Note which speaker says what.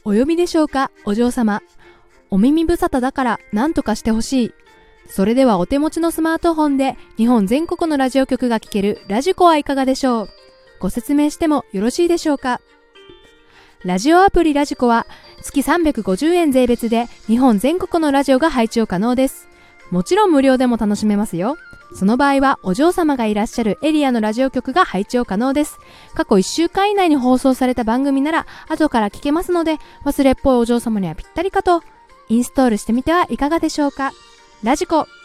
Speaker 1: お呼びでしょうか、お嬢様。お耳無沙汰だから何とかしてほしい。それではお手持ちのスマートフォンで日本全国のラジオ局が聴けるラジコはいかがでしょう。ご説明してもよろしいでしょうか。ラジオアプリラジコは月350円税別で日本全国のラジオが配聴可能です。もちろん無料でも楽しめますよ。その場合はお嬢様がいらっしゃるエリアのラジオ局が配聴可能です。過去1週間以内に放送された番組なら後から聞けますので、忘れっぽいお嬢様にはぴったりかと。インストールしてみてはいかがでしょうか。ラジコ。